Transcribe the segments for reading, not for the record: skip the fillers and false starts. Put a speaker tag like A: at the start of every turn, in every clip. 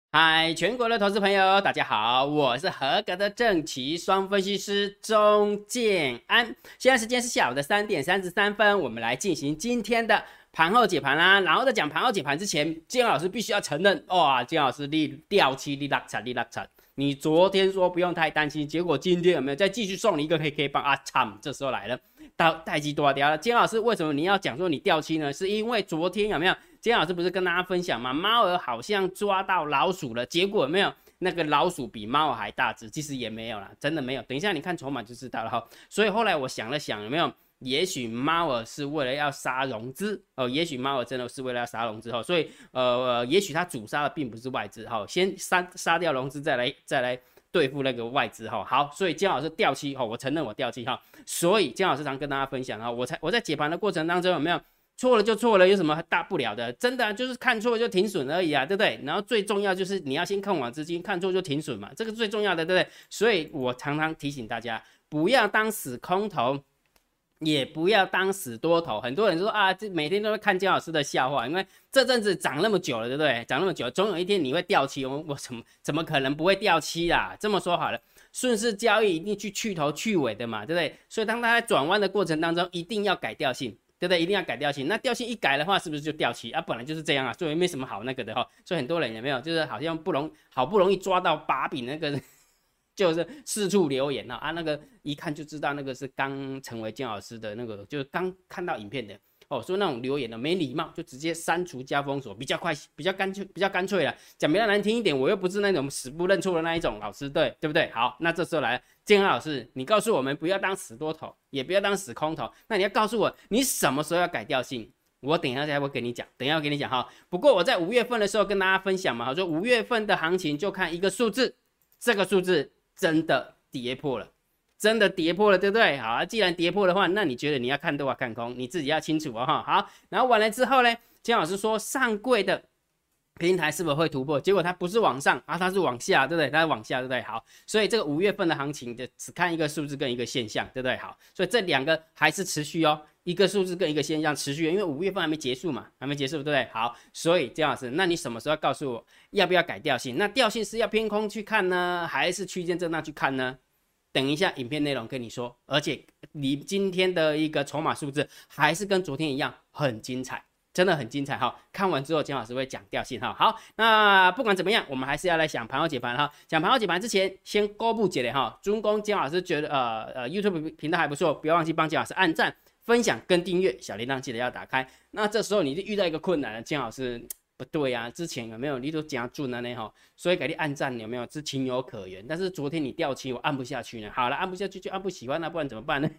A: 嗨，全国的投资朋友，大家好，我是合格的正奇双分析师钟建安。现在时间是下午的3点33分，我们来进行今天的盘后解盘啦。然后在讲盘后解盘之前，建安老师必须要承认，哇，建安老师掉期利落惨利落惨。你昨天说不用太担心，结果今天有没有再继续送你一个黑 K 棒啊？惨，这时候来了，到待机多掉了。建安老师为什么你要讲说你掉期呢？是因为昨天有没有？今天老师不是跟大家分享吗？猫儿好像抓到老鼠了，结果有没有那个老鼠比猫儿还大只？其实也没有啦，真的没有。等一下你看筹码就知道了哈。所以后来我想了想，有没有？也许猫儿是为了要杀融资哦，也许猫儿真的是为了要杀融资哦，所以也许它主杀的并不是外资哈，先杀掉融资，再来对付那个外资哈。好，所以姜老师掉期哈，我承认我掉期哈。所以姜老师常跟大家分享哈，我在解盘的过程当中有没有？错了就错了，有什么大不了的？真的啊，就是看错就停损而已啊，对不对？然后最重要就是你要先控网资金，看错就停损嘛，这个最重要的，对不对？所以我常常提醒大家，不要当死空头，也不要当死多头。很多人说啊，这每天都会看姜老师的笑话，因为这阵子涨那么久了，对不对？涨那么久，总有一天你会掉期，我怎么可能不会掉期啦？这么说好了。顺势交易一定去头去尾的嘛，对不对？所以当它在转弯的过程当中，一定要改调性。对不对？一定要改调性。那调性一改的话，是不是就掉期啊？本来就是这样啊，所以没什么好那个的哈。所以很多人有没有，就是好像好不容易抓到把柄那个，就是四处留言啊，那个一看就知道那个是刚成为姜老师的那个，就是刚看到影片的。哦，说那种留言的没礼貌，就直接删除加封锁，比较快，比较干脆了。讲比较难听一点，我又不是那种死不认错的那一种老师，对不对？好，那这时候来了，建安老师，你告诉我们不要当死多头，也不要当死空头，那你要告诉我你什么时候要改调性？我等一下才会跟你讲，等一下我跟你讲哈。不过我在5月份的时候跟大家分享嘛，说5月份的行情就看一个数字，这个数字真的跌破了。真的跌破了，对不对？好，既然跌破的话，那你觉得你要看多还看空，你自己要清楚哦哈。好，然后完了之后呢，姜老师说上柜的平台是否会突破？结果它不是往上啊，它是往下，对不对？它是往下，对不对？好，所以这个5月份的行情的只看一个数字跟一个现象，对不对？好，所以这两个还是持续哦，一个数字跟一个现象持续，因为5月份还没结束嘛，还没结束，对不对？好，所以姜老师，那你什么时候告诉我要不要改调性？那调性是要偏空去看呢，还是区间震荡去看呢？等一下，影片内容跟你说，而且你今天的一个筹码数字还是跟昨天一样很精彩，真的很精彩哈！看完之后，姜老师会讲调性哈。好，那不管怎么样，我们还是要来想盘后解盘哈。讲盘后解盘之前，先公布解的哈。中公姜老师觉得YouTube 频道还不错，不要忘记帮姜老师按赞、分享跟订阅，小铃铛记得要打开。那这时候你就遇到一个困难了，姜老师。不对啊，之前有没有你都讲准了呢哈，所以给你按赞有没有是情有可原，但是昨天你掉期我按不下去呢，好了按不下去就按不喜欢了，不然怎么办呢？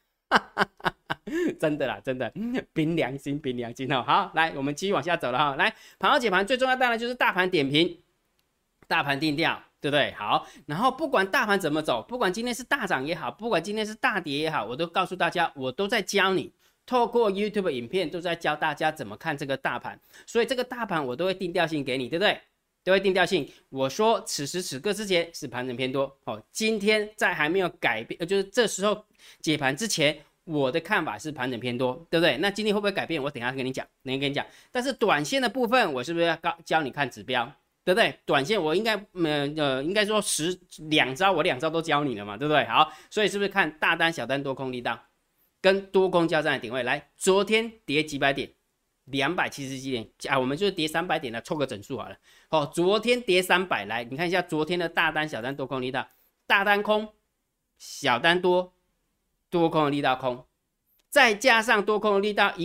A: 真的啦，真的，凭良心，凭良心哈。好，来我们继续往下走了哈。来盘后解盘最重要当然就是大盘点评，大盘定调，对不对？好，然后不管大盘怎么走，不管今天是大涨也好，不管今天是大跌也好，我都告诉大家，我都在教你。透过 YouTube 影片都在教大家怎么看这个大盘，所以这个大盘我都会定调性给你，对不对？都会定调性。我说此时此刻之前是盘整偏多，哦，今天在还没有改变，就是这时候解盘之前，我的看法是盘整偏多，对不对？那今天会不会改变？我等一下跟你讲，但是短线的部分，我是不是要教你看指标？对不对？短线我应该应该说两招，我两招都教你了嘛，对不对？好，所以是不是看大单、小单、多空力道？跟多空交战的点位，来，昨天跌几百点，270几点啊，我们就是跌300点的，凑个整数好了。哦，昨天跌300，来，你看一下昨天的大单、小单、多空力道，大单空，小单多，多空的力道空，再加上多空的力道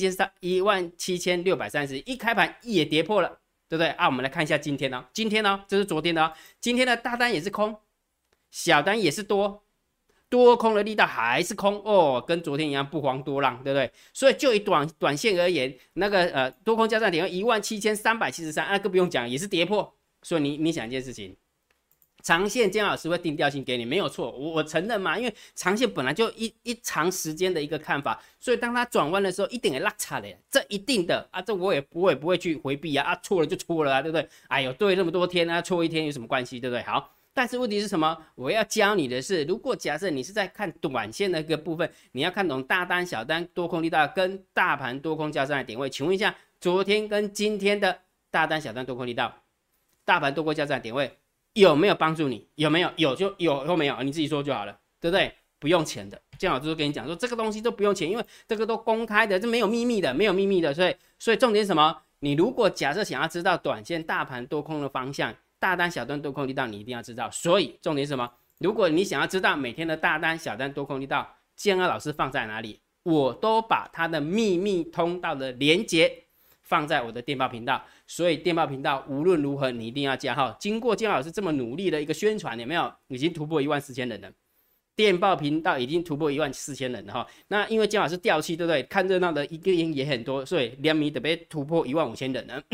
A: 17630，一开盘也跌破了，对不对啊？我们来看一下今天哦，这是昨天的哦，今天的大单也是空，小单也是多。多空的力道还是空哦，跟昨天一样不遑多让，对不对？所以就以短线而言，那个多空交战点位17373，那个不用讲，也是跌破。所以你想一件事情，长线姜老师会定调性给你，没有错，我承认嘛，因为长线本来就一长时间的一个看法，所以当它转弯的时候，一定也拉差的，这一定的啊，这我也不会去回避啊，错了就错了啊，对不对？哎呦，对那么多天啊，错一天有什么关系，对不对？好。但是问题是什么？我要教你的是，如果假设你是在看短线的一个部分，你要看懂大单、小单、多空力道跟大盘多空交战的点位。请问一下，昨天跟今天的大单、小单、多空力道大盘多空交战点位有没有帮助你？有没有？有就有，或没有你自己说就好了，对不对？不用钱的，姜老师都跟你讲说，这个东西都不用钱，因为这个都公开的，这没有秘密的，没有秘密的。所以重点是什么？你如果假设想要知道短线大盘多空的方向，大单小单多空力道，你一定要知道。所以重点是什么？如果你想要知道每天的大单小单多空力道，建安老师放在哪里？我都把他的秘密通道的连结放在我的电报频道，所以电报频道无论如何你一定要加号。经过建安老师这么努力的一个宣传，有没有？已经突破14000人了。电报频道已经突破14000人了哈，那因为姜老师掉气，对不对？看热闹的一个人也很多，所以联名特别突破15000人了。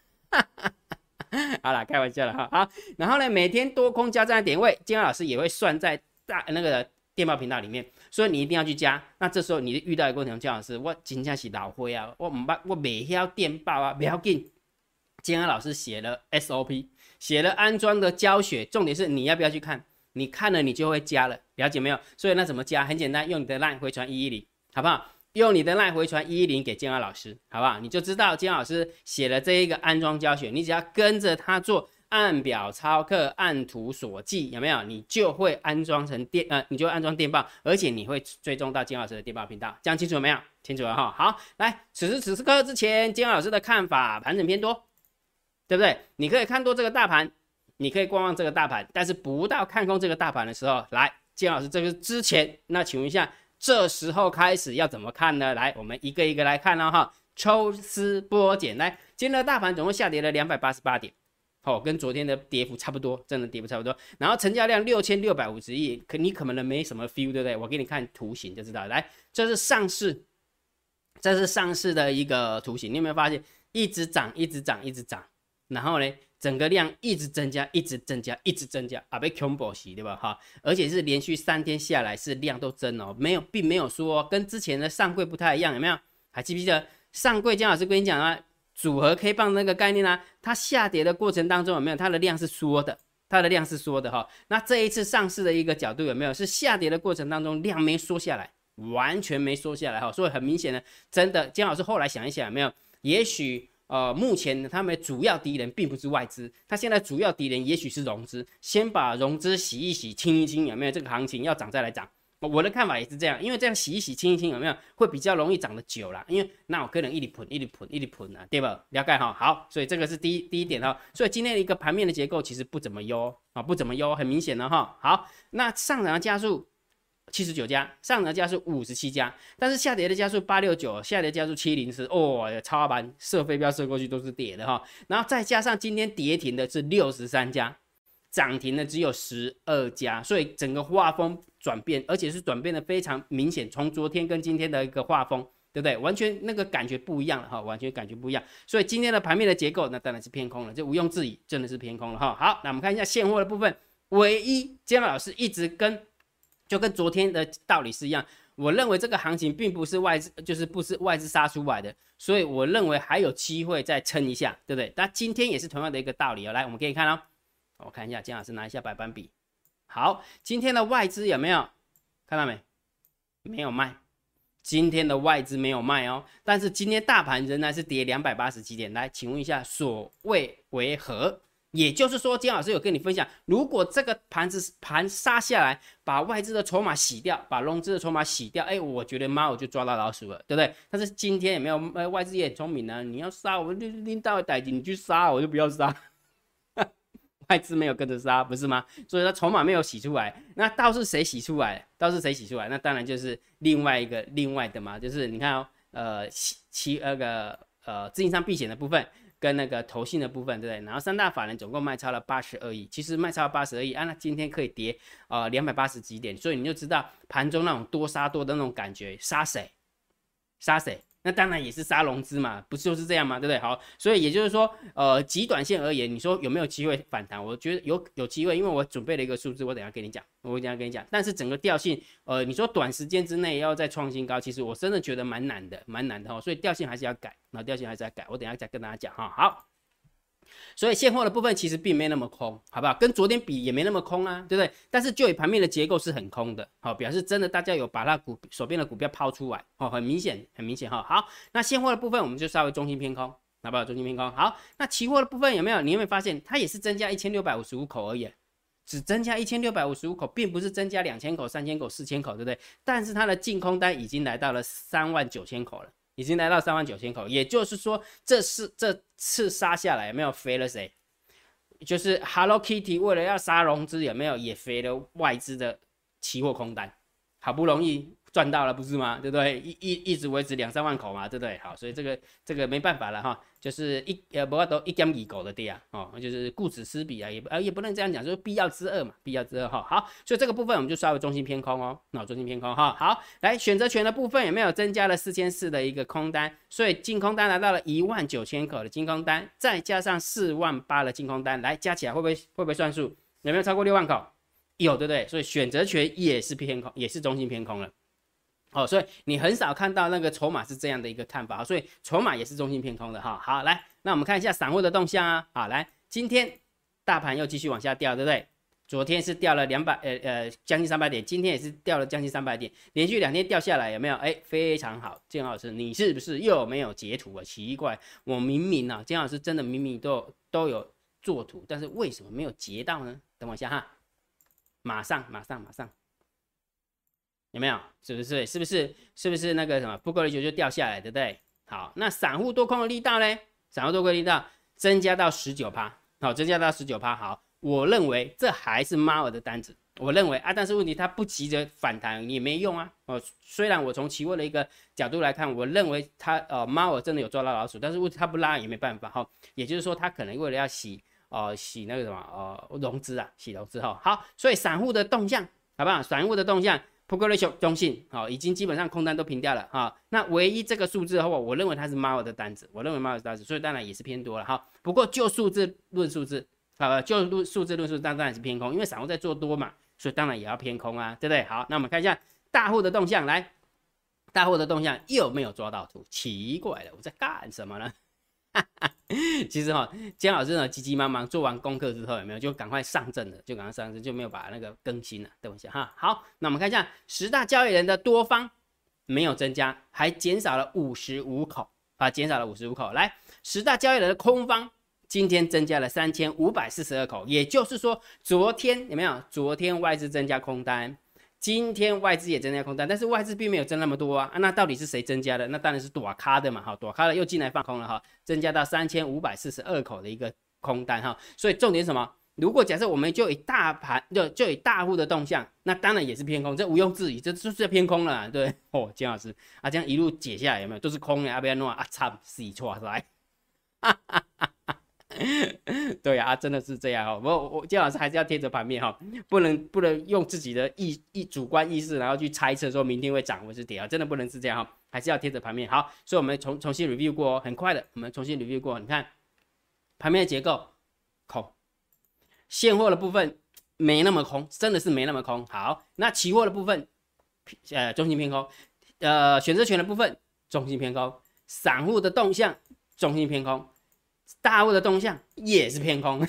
A: 好啦，开玩笑了哈。好，然后呢，每天多空交战的点位，姜老师也会算在那个电报频道里面，所以你一定要去加。那这时候你遇到的过程，姜老师我真的是老灰啊，我没晓电报啊，不要紧。姜老师写了 SOP， 写了安装的教学，重点是你要不要去看？你看了你就会加了，了解没有？所以那怎么加？很简单，用你的 LINE 回传110，好不好？用你的 LINE 回传110给建安老师，好不好？你就知道建安老师写了这一个安装教学，你只要跟着他做，按表操课，按图索骥，有没有？你就会安装成你就会安装电报，而且你会追踪到建安老师的电报频道，这样清楚了没有？清楚了哈。好，来，此时此刻之前，建安老师的看法，盘整偏多，对不对？你可以看多这个大盘。你可以观望这个大盘，但是不到看空这个大盘的时候，来，建老师这个之前，那请问一下，这时候开始要怎么看呢？来，我们一个一个来看了哈，抽丝剥茧。来，今天的大盘总共下跌了288点，跟昨天的跌幅差不多，真的跌幅差不多。然后成交量6650亿，你可能没什么 feel， 对不对？我给你看图形就知道。来，这是上市的一个图形，你有没有发现一直涨，一直涨，一直涨，然后呢？整个量一直增加，一直增加，一直增加，被 combo 洗，对吧？哈，而且是连续3天下来是量都增哦，并没有说跟之前的上柜不太一样，有没有？还记不记得上柜姜老师跟你讲啊，组合 K 棒那个概念啊，它下跌的过程当中有没有？它的量是缩的，哈。那这一次上市的一个角度有没有？是下跌的过程当中量没缩下来，完全没缩下来哈，所以很明显的，真的姜老师后来想一想有没有？也许。目前他们主要敌人并不是外资，他现在主要敌人也许是融资，先把融资洗一洗、清一清，有没有？这个行情要涨再来涨，我的看法也是这样，因为这样洗一洗、清一清，有没有？会比较容易涨得久啦，因为那我可能一直喷啊，对吧？了解哈，好，所以这个是第一点哈，所以今天的一个盘面的结构其实不怎么优啊，不怎么优，很明显的哈。好，那上涨的加速。79家，上涨的家数57家，但是下跌的家数869，下跌的家数704，超盘射飞镖射过去都是跌的哈，然后再加上今天跌停的是63家，涨停的只有12家，所以整个画风转变，而且是转变的非常明显，从昨天跟今天的一个画风，对不对？完全那个感觉不一样了哈，完全感觉不一样，所以今天的盘面的结构那当然是偏空了，这毋庸置疑，真的是偏空了哈。好，那我们看一下现货的部分，唯一姜老师一直就跟昨天的道理是一样，我认为这个行情并不是外资，就是不是外资杀出来的，所以我认为还有机会再撑一下，对不对？那今天也是同样的一个道理哦。来，我们可以看哦，我看一下，姜老师拿一下白板笔。好，今天的外资有没有看到没？没有卖，今天的外资没有卖哦，但是今天大盘仍然是跌280几点。来，请问一下，所谓为何？也就是说，姜老师有跟你分享，如果这个盘杀下来，把外资的筹码洗掉，把融资的筹码洗掉，我觉得我就抓到老鼠了，对不对？但是今天有没有外资也很聪明啊？你要杀我，拎到逮你去杀，我就不要杀。外资没有跟着杀，不是吗？所以它筹码没有洗出来，那倒是谁洗出来？那当然就是另外的嘛，就是你看哦，资金上避险的部分。跟那个投信的部分，对不对？然后三大法人总共卖超了82亿，其实卖超了82亿啊，那今天可以跌280几点，所以你就知道盘中那种多杀多的那种感觉，杀谁？那当然也是杀融资嘛，不就是这样吗？对不对？好，所以也就是说，极短线而言，你说有没有机会反弹？我觉得有机会，因为我准备了一个数字，我等一下跟你讲，但是整个调性，你说短时间之内要再创新高，其实我真的觉得蛮难的哈，所以调性还是要改，我等一下再跟大家讲哈。好。所以现货的部分其实并没那么空，好不好？跟昨天比也没那么空啊，对不对？但是就以盘面的结构是很空的，好，表示真的大家有把它手边的股票抛出来，很明显哈。好，那现货的部分我们就稍微中性偏空， 好不好？中性偏空。好，那期货的部分有没有？你有没有发现它也是增加1655口而已？只增加1655口，并不是增加2000口、3000口、4000口，对不对？但是它的净空单已经来到了39000口了，已经来到39000口，也就是说，这次杀下来有没有飞了谁？就是 Hello Kitty 为了要杀融资，有没有也飞了外资的期货空单？好不容易赚到了，不是吗？对不对？一直维持2-3万口嘛，对不对？好，所以这个没办法了哈，就是不过都1.2狗的跌啊，哦，就是顾此失彼啊，也不能这样讲，就是必要之恶嘛，必要之恶哈。好，所以这个部分我们就稍微中性偏空哦，那中性偏空哈。好，来选择权的部分有没有增加了4400的一个空单？所以净空单来到了19000口的净空单，再加上48000的净空单，来加起来会不会算数？有没有超过6万口？有，对不对？所以选择权也是偏空，也是中性偏空了。哦，所以你很少看到那个筹码是这样的一个看法，所以筹码也是中性偏空的哈。好，来，那我们看一下散户的动向啊。好，来，今天大盘又继续往下掉，对不对？昨天是掉了将近300点，今天也是掉了将近300点，连续2天掉下来，有没有？哎，非常好，建老师，你是不是又没有截图啊？奇怪，我明明啊，建老师真的明明都有做图，但是为什么没有截到呢？等我一下哈，马上。有没有？是不是那个什么不够的就掉下来，对不对？好，那散户多空的力道呢？散户多空的力道增加到19%，好，增加到19%。好，我认为这还是猫儿的单子，我认为啊，但是问题它不急着反弹也没用啊。哦，虽然我从期货的一个角度来看，我认为它猫儿真的有抓到老鼠，但是问题它不拉也没办法哈。也就是说，它可能为了要洗那个什么融资啊，洗融资哈。好，所以散户的动向好不好？散户的动向。Put call ratio 中性，好，已经基本上空单都平掉了哈。那唯一这个数字的话，我认为它是猫儿的单子，所以当然也是偏多了哈。不过就数字论数字，就数字论数，当然是偏空，因为散户在做多嘛，所以当然也要偏空啊，对不对？好，那我们看一下大户的动向，来，大户的动向又没有抓到图，奇怪了，我在干什么呢？其实姜老师呢急急忙忙做完功课之后，有没有就赶快上阵了，就没有把那个更新了。等一下哈，好，那我们看一下10大交易人的多方没有增加，还减少了55口啊，减少了55口。来，10大交易人的空方今天增加了3542口，也就是说昨天有没有？昨天外资增加空单。今天外资也增加空单，但是外资并没有增那么多啊。那到底是谁增加的？那当然是短咖的嘛，哈，短咖的又进来放空了哈，增加到3542口的一个空单哈。所以重点是什么？如果假设我们就以大盘就以大户的动向，那当然也是偏空，这毋庸置疑，这就是偏空了，对哦，姜老师啊，这样一路解下来有没有都是空的？阿贝诺啊，惨死错来，哈哈哈。对啊，真的是这样哦。我姜老师还是要贴着盘面哈，不能用自己的主观意识，然后去猜测说明天会涨或是跌啊，真的不能是这样哈，还是要贴着盘面。好，所以我们重新 review 过哦，很快的，我们重新 review 过。你看盘面的结构，空，现货的部分没那么空，真的是没那么空。好，那期货的部分，中性偏空，选择权的部分中性偏空，散户的动向中性偏空。大户的动向也是偏空，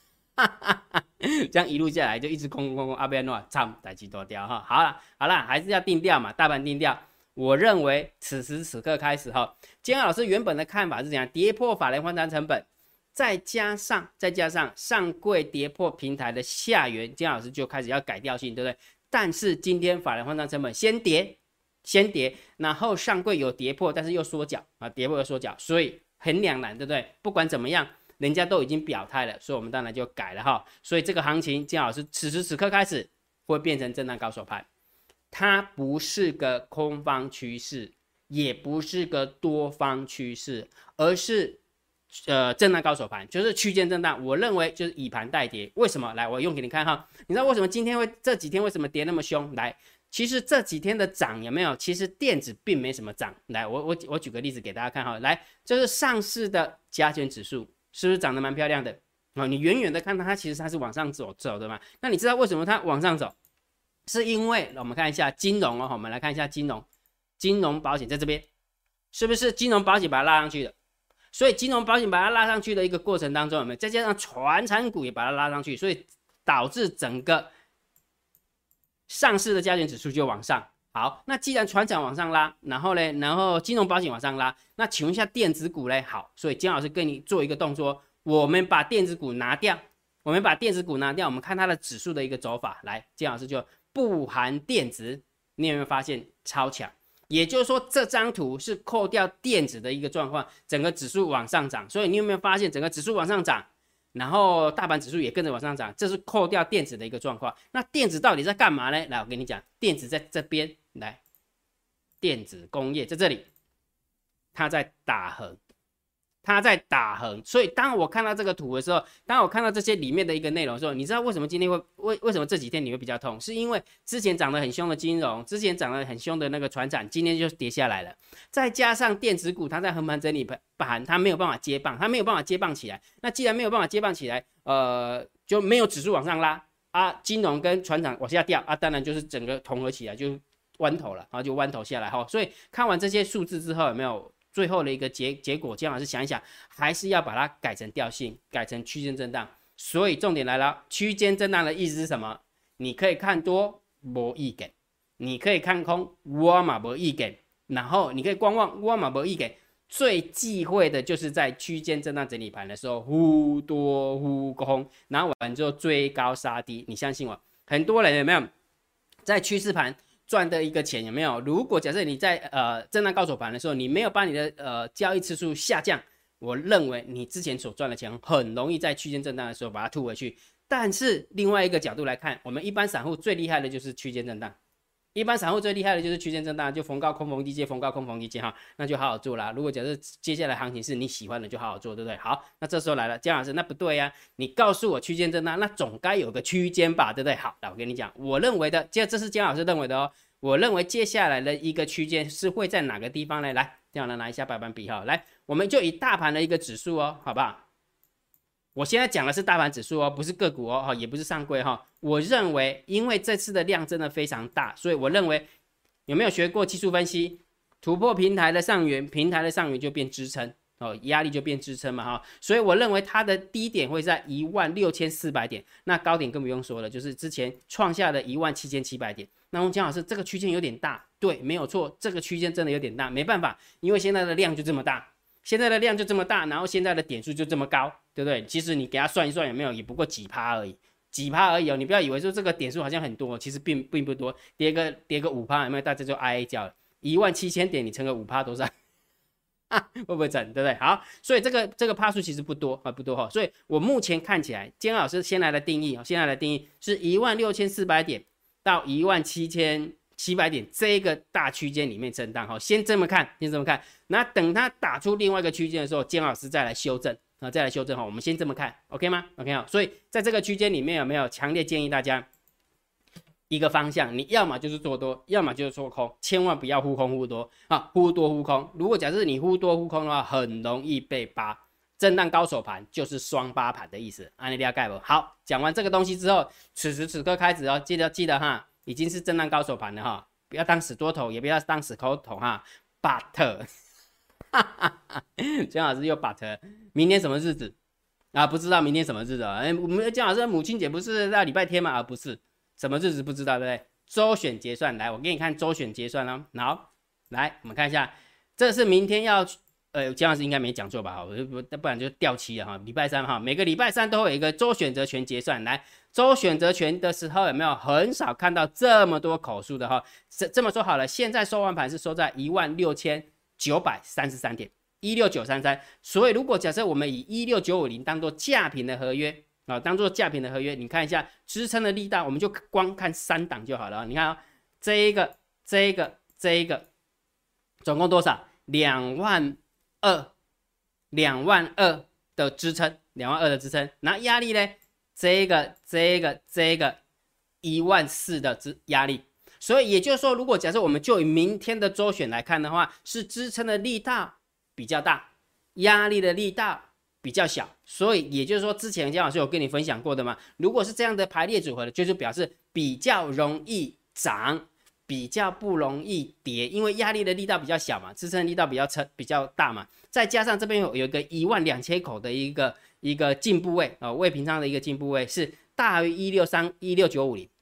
A: 这样一路下来就一直空，阿贝诺唱代志多掉哈。好了，还是要定调嘛，大盘定调。我认为此时此刻开始哈，姜老师原本的看法是怎样？跌破法人换仓成本，再加上上柜跌破平台的下缘，姜老师就开始要改调性，对不对？但是今天法人换仓成本先跌，然后上柜有跌破，但是又缩脚啊，跌破又缩脚，所以很两难，对不对？不管怎么样，人家都已经表态了，所以我们当然就改了哈。所以这个行情，姜老师此时此刻开始会变成震荡高手盘，它不是个空方趋势，也不是个多方趋势，而是震荡高手盘，就是区间震荡。我认为就是以盘带跌。为什么？来，我用给你看哈。你知道为什么这几天为什么跌那么凶？来。其实这几天的涨有没有？其实电子并没什么涨。来，我举个例子给大家看哈。来，就是上市的加权指数是不是涨得蛮漂亮的？你远远的看它其实它是往上走的嘛。那你知道为什么它往上走？是因为我们看一下金融哦，我们来看一下金融保险在这边，是不是金融保险把它拉上去的？所以金融保险把它拉上去的一个过程当中，有没有？再加上传产股也把它拉上去，所以导致整个上市的加权指数就往上， 好，那既然船长往上拉，然后呢，然后金融保险往上拉，那请问一下电子股嘞？好，所以姜老师跟你做一个动作，我们把电子股拿掉，我们看它的指数的一个走法。来，姜老师就不含电子，你有没有发现超强？也就是说，这张图是扣掉电子的一个状况，整个指数往上涨。所以你有没有发现整个指数往上涨？然后大盘指数也跟着往上涨，这是扣掉电子的一个状况。那电子到底在干嘛呢？来，我跟你讲，电子在这边，来，电子工业在这里，它在打横，所以当我看到这个图的时候，当我看到这些里面的一个内容的时候，你知道为什么今天为什么这几天你会比较痛？是因为之前涨得很凶的金融，之前涨得很凶的那个传产，今天就跌下来了。再加上电子股，它在横盘整理盘，它没有办法接棒，起来。那既然没有办法接棒起来，就没有指数往上拉啊，金融跟传产往下掉啊，当然就是整个统合起来就弯头了，然后就弯头下来哈。所以看完这些数字之后，有没有？最后的一个结果，姜老师想一想，还是要把它改成调性，改成区间震荡。所以重点来了，区间震荡的意思是什么？你可以看多，没意见；你可以看空，我嘛没意见。然后你可以观望，我嘛没意见。最忌讳的就是在区间震荡整理盘的时候，忽多忽空，然后完之后追高杀低。你相信我，很多人有没有在趋势盘赚的一个钱有没有？如果假设你在震荡高手盘的时候，你没有把你的交易次数下降，我认为你之前所赚的钱很容易在区间震荡的时候把它吐回去。但是另外一个角度来看，我们一般散户最厉害的就是区间震荡，就逢高空逢低接，逢高空逢低接哈，那就好好做啦。如果假设接下来行情是你喜欢的，就好好做，对不对？好，那这时候来了，姜老师，那不对呀、你告诉我区间震荡，那总该有个区间吧，对不对？好，那我跟你讲，我认为的，这是姜老师认为的哦。我认为接下来的一个区间是会在哪个地方呢？来，姜老师拿一下白板笔哈，来，我们就以大盘的一个指数哦，好不好？我现在讲的是大盘指数哦，不是个股哦，也不是上柜哈。我认为，因为这次的量真的非常大，所以我认为有没有学过技术分析？突破平台的上缘，就变支撑哦，压力就变支撑嘛哈。所以我认为它的低点会在16400点，那高点更不用说了，就是之前创下的17700点。那姜老师，这个区间有点大，对，没有错，这个区间真的有点大，没办法，因为现在的量就这么大。然后现在的点数就这么高，对不对？其实你给它算一算，有没有也不过几趴而已哦。你不要以为说这个点数好像很多，其实并不多，跌个5%，有没有？大家就哀叫了。17000点你乘个5%多少？会不会整？对不对？好，所以这个趴数其实不多哈。所以我目前看起来，姜老师先来的定义是16400点到17700点这个大区间里面震荡哈，先这么看，那等它打出另外一个区间的时候，姜老师再来修正哈。我们先这么看 ，OK 吗 ？OK 好，所以在这个区间里面有没有强烈建议大家一个方向，你要么就是做多，要么就是做空，千万不要忽空忽多啊，忽多忽空。如果假设你忽多忽空的话，很容易被扒。震荡高手盘就是双八盘的意思，安利了解不？好，讲完这个东西之后，此时此刻开始哦，记得哈。已经是震荡高手盘了哈，不要当死多头，也不要当死空头哈。But， 姜老师又 But， 明天什么日子啊？不知道明天什么日子啊？我们姜老师母亲节不是在礼拜天吗？不是，什么日子不知道对不对？周选结算，来，我给你看周选结算哦。好，来我们看一下，这是明天要。姜老师应该没讲错吧？不然就掉期了哈。礼拜三哈，每个礼拜三都会有一个周选择权结算。来，周选择权的时候有没有很少看到这么多口数的哈？这么说好了，现在收完盘是收在16933点，16933。所以如果假设我们以16950当做价平的合约啊，你看一下支撑的力道，我们就光看3档就好了。你看啊，这一个，总共多少？22000的支撑，22000的支撑，然后压力呢？这个14000的压力，所以也就是说，如果假设我们就以明天的周选来看的话，是支撑的力道比较大，压力的力道比较小，所以也就是说，之前姜老师有跟你分享过的嘛，如果是这样的排列组合的，就是表示比较容易涨。比较不容易跌，因为压力的力道比较小嘛，支撑力道比较大嘛，再加上这边有一个12000口的一个进步位啊，未平仓的一个进步位是大于16950，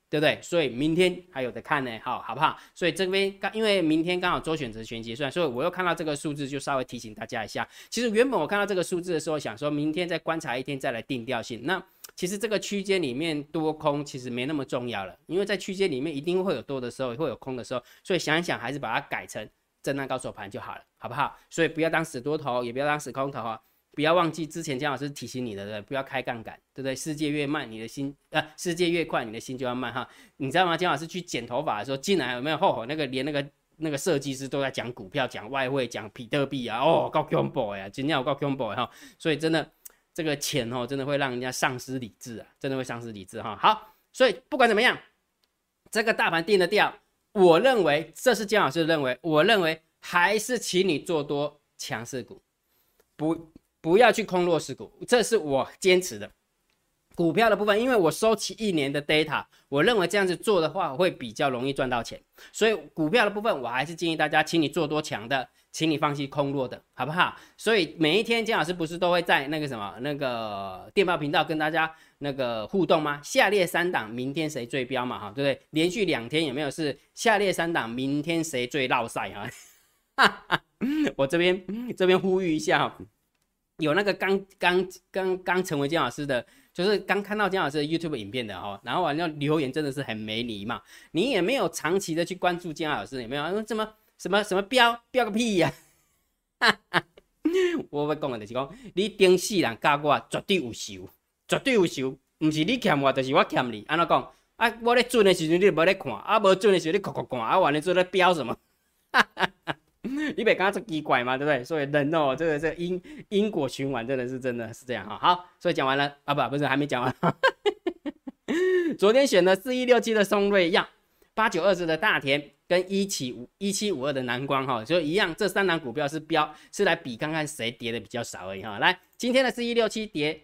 A: 对不对？所以明天还有的看呢，好不好？所以这边因为明天刚好周选择权结算，所以我又看到这个数字，就稍微提醒大家一下。其实原本我看到这个数字的时候，想说明天再观察一天再来定调性。那其实这个区间里面多空其实没那么重要了，因为在区间里面一定会有多的时候，也会有空的时候，所以想一想还是把它改成震荡高手盘就好了，好不好？所以不要当死多头，也不要当死空头啊。不要忘记之前姜老师提醒你的，对不对？不要开杠杆，对不对？世界越慢，你的心世界越快，你的心就要慢哈。你知道吗？姜老师去剪头发的时候，进来有没有后连那个设计师都在讲股票、讲外汇、讲比特币啊，哦，够恐怖呀，今天有够恐怖哈。所以真的这个钱哦，真的会让人家丧失理智啊，真的会丧失理智哈。好，所以不管怎么样，这个大盘定得掉，我认为这是姜老师认为，我认为还是请你做多强势股，不要去空弱势股，这是我坚持的。股票的部分，因为我收齐1年的 data， 我认为这样子做的话会比较容易赚到钱，所以股票的部分我还是建议大家，请你做多强的，请你放弃空弱的，好不好？所以每一天姜老师不是都会在那个电报频道跟大家那个互动吗？下列3档明天谁最标嘛，哈，对不对？连续2天有没有是下列3档明天谁最落赛哈？我这边呼吁一下哈。有那个刚成为姜老师的，就是刚看到姜老师的 YouTube 影片的哦，然后完了留言真的是很没礼貌，你也没有长期的去关注姜老师，有没有？什么标个屁呀、啊！我要讲的就是讲，你顶世人教我绝对有仇，绝对有仇，不是你欠我，就是我欠你。安怎讲？啊，我咧准的时候你无咧看，啊无准的时候你看，啊完了做咧标什么？你别刚刚奇怪嘛，对不对？所以人哦，这个因果循环真的是这样哈。好，所以讲完了啊，不是还没讲完。昨天选的4167的松瑞药，8924的大田跟1752的南光哈，就一样，这3档股票是来比看看谁跌的比较少而已哈。来，今天的4167跌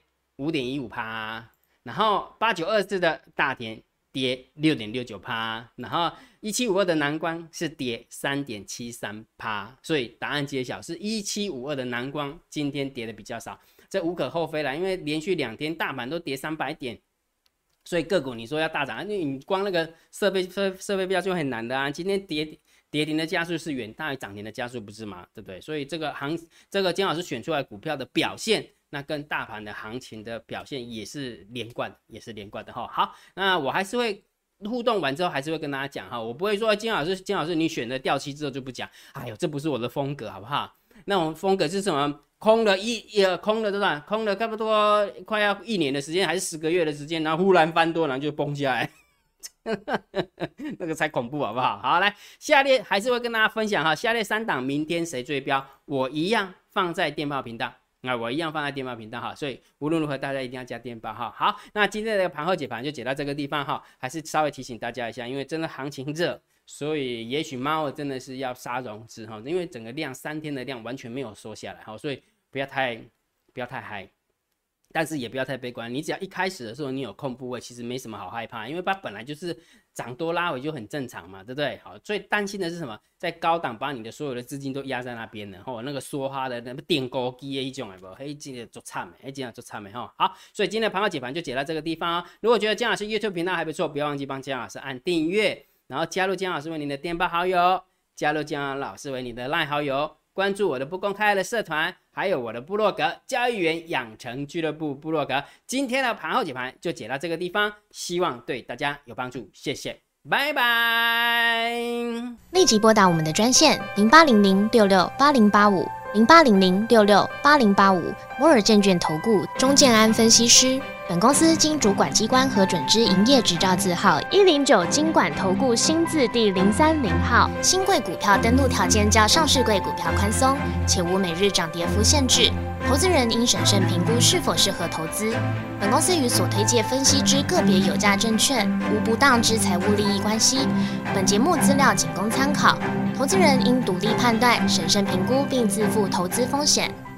A: 5.15%，然后8924的大田跌6.69%，然后1752的南光是跌3.73%，所以答案揭晓是1752的南光今天跌的比较少，这无可厚非啦，因为连续2天大盘都跌300点，所以个股你说要大涨，因为你光那个设备标就很难的啊，今天跌停的加速是远大于涨停的加速，不是吗？对不对？所以这个姜老师选出来股票的表现，那跟大盘的行情的表现也是连贯的哈。好，那我还是会互动完之后还是会跟大家讲哈，我不会说金老师你选了掉期之后就不讲，哎呦，这不是我的风格，好不好？那种风格是什么？空了多少？空了差不多快要1年的时间，还是10个月的时间，然后忽然翻多，然后就崩下来。那个才恐怖好不好？好，来，下列还是会跟大家分享哈，下列3档明天谁最标，我一样放在电报频道。我一样放在电报频道哈，所以无论如何大家一定要加电报哈。好，那今天的盘后解盘就解到这个地方哈，还是稍微提醒大家一下，因为真的行情热，所以也许猫真的是要杀融资哈，因为整个量3天的量完全没有缩下来哈，所以不要太嗨。但是也不要太悲观，你只要一开始的时候你有空部位，其实没什么好害怕，因为它本来就是涨多拉回就很正常嘛，对不对？好，最担心的是什么？在高档把你的所有的资金都压在那边了，那个梭哈的那电锅机的一种，嘿，真的做惨的，嘿，真的做惨的哈。好，所以今天的盘后解盘就解到这个地方哦。如果觉得姜老师 YouTube 频道还不错，不要忘记帮姜老师按订阅，然后加入姜老师为你的电报好友，加入姜老师为你的 LINE 好友。关注我的不公开的社团，还有我的部落格交易员养成俱乐部部落格。今天的盘后解盘就解到这个地方，希望对大家有帮助，谢谢，拜拜。
B: 立即拨打我们的专线08006680850800668085摩尔证券投顾钟建安分析师。本公司经主管机关核准之营业执照字号109金管投顾新字第030号。新贵股票登录条件较上市贵股票宽松，且无每日涨跌幅限制。投资人应审慎评估是否适合投资。本公司与所推介分析之个别有价证券无不当之财务利益关系。本节目资料仅供参考，投资人应独立判断、审慎评估并自负投资风险。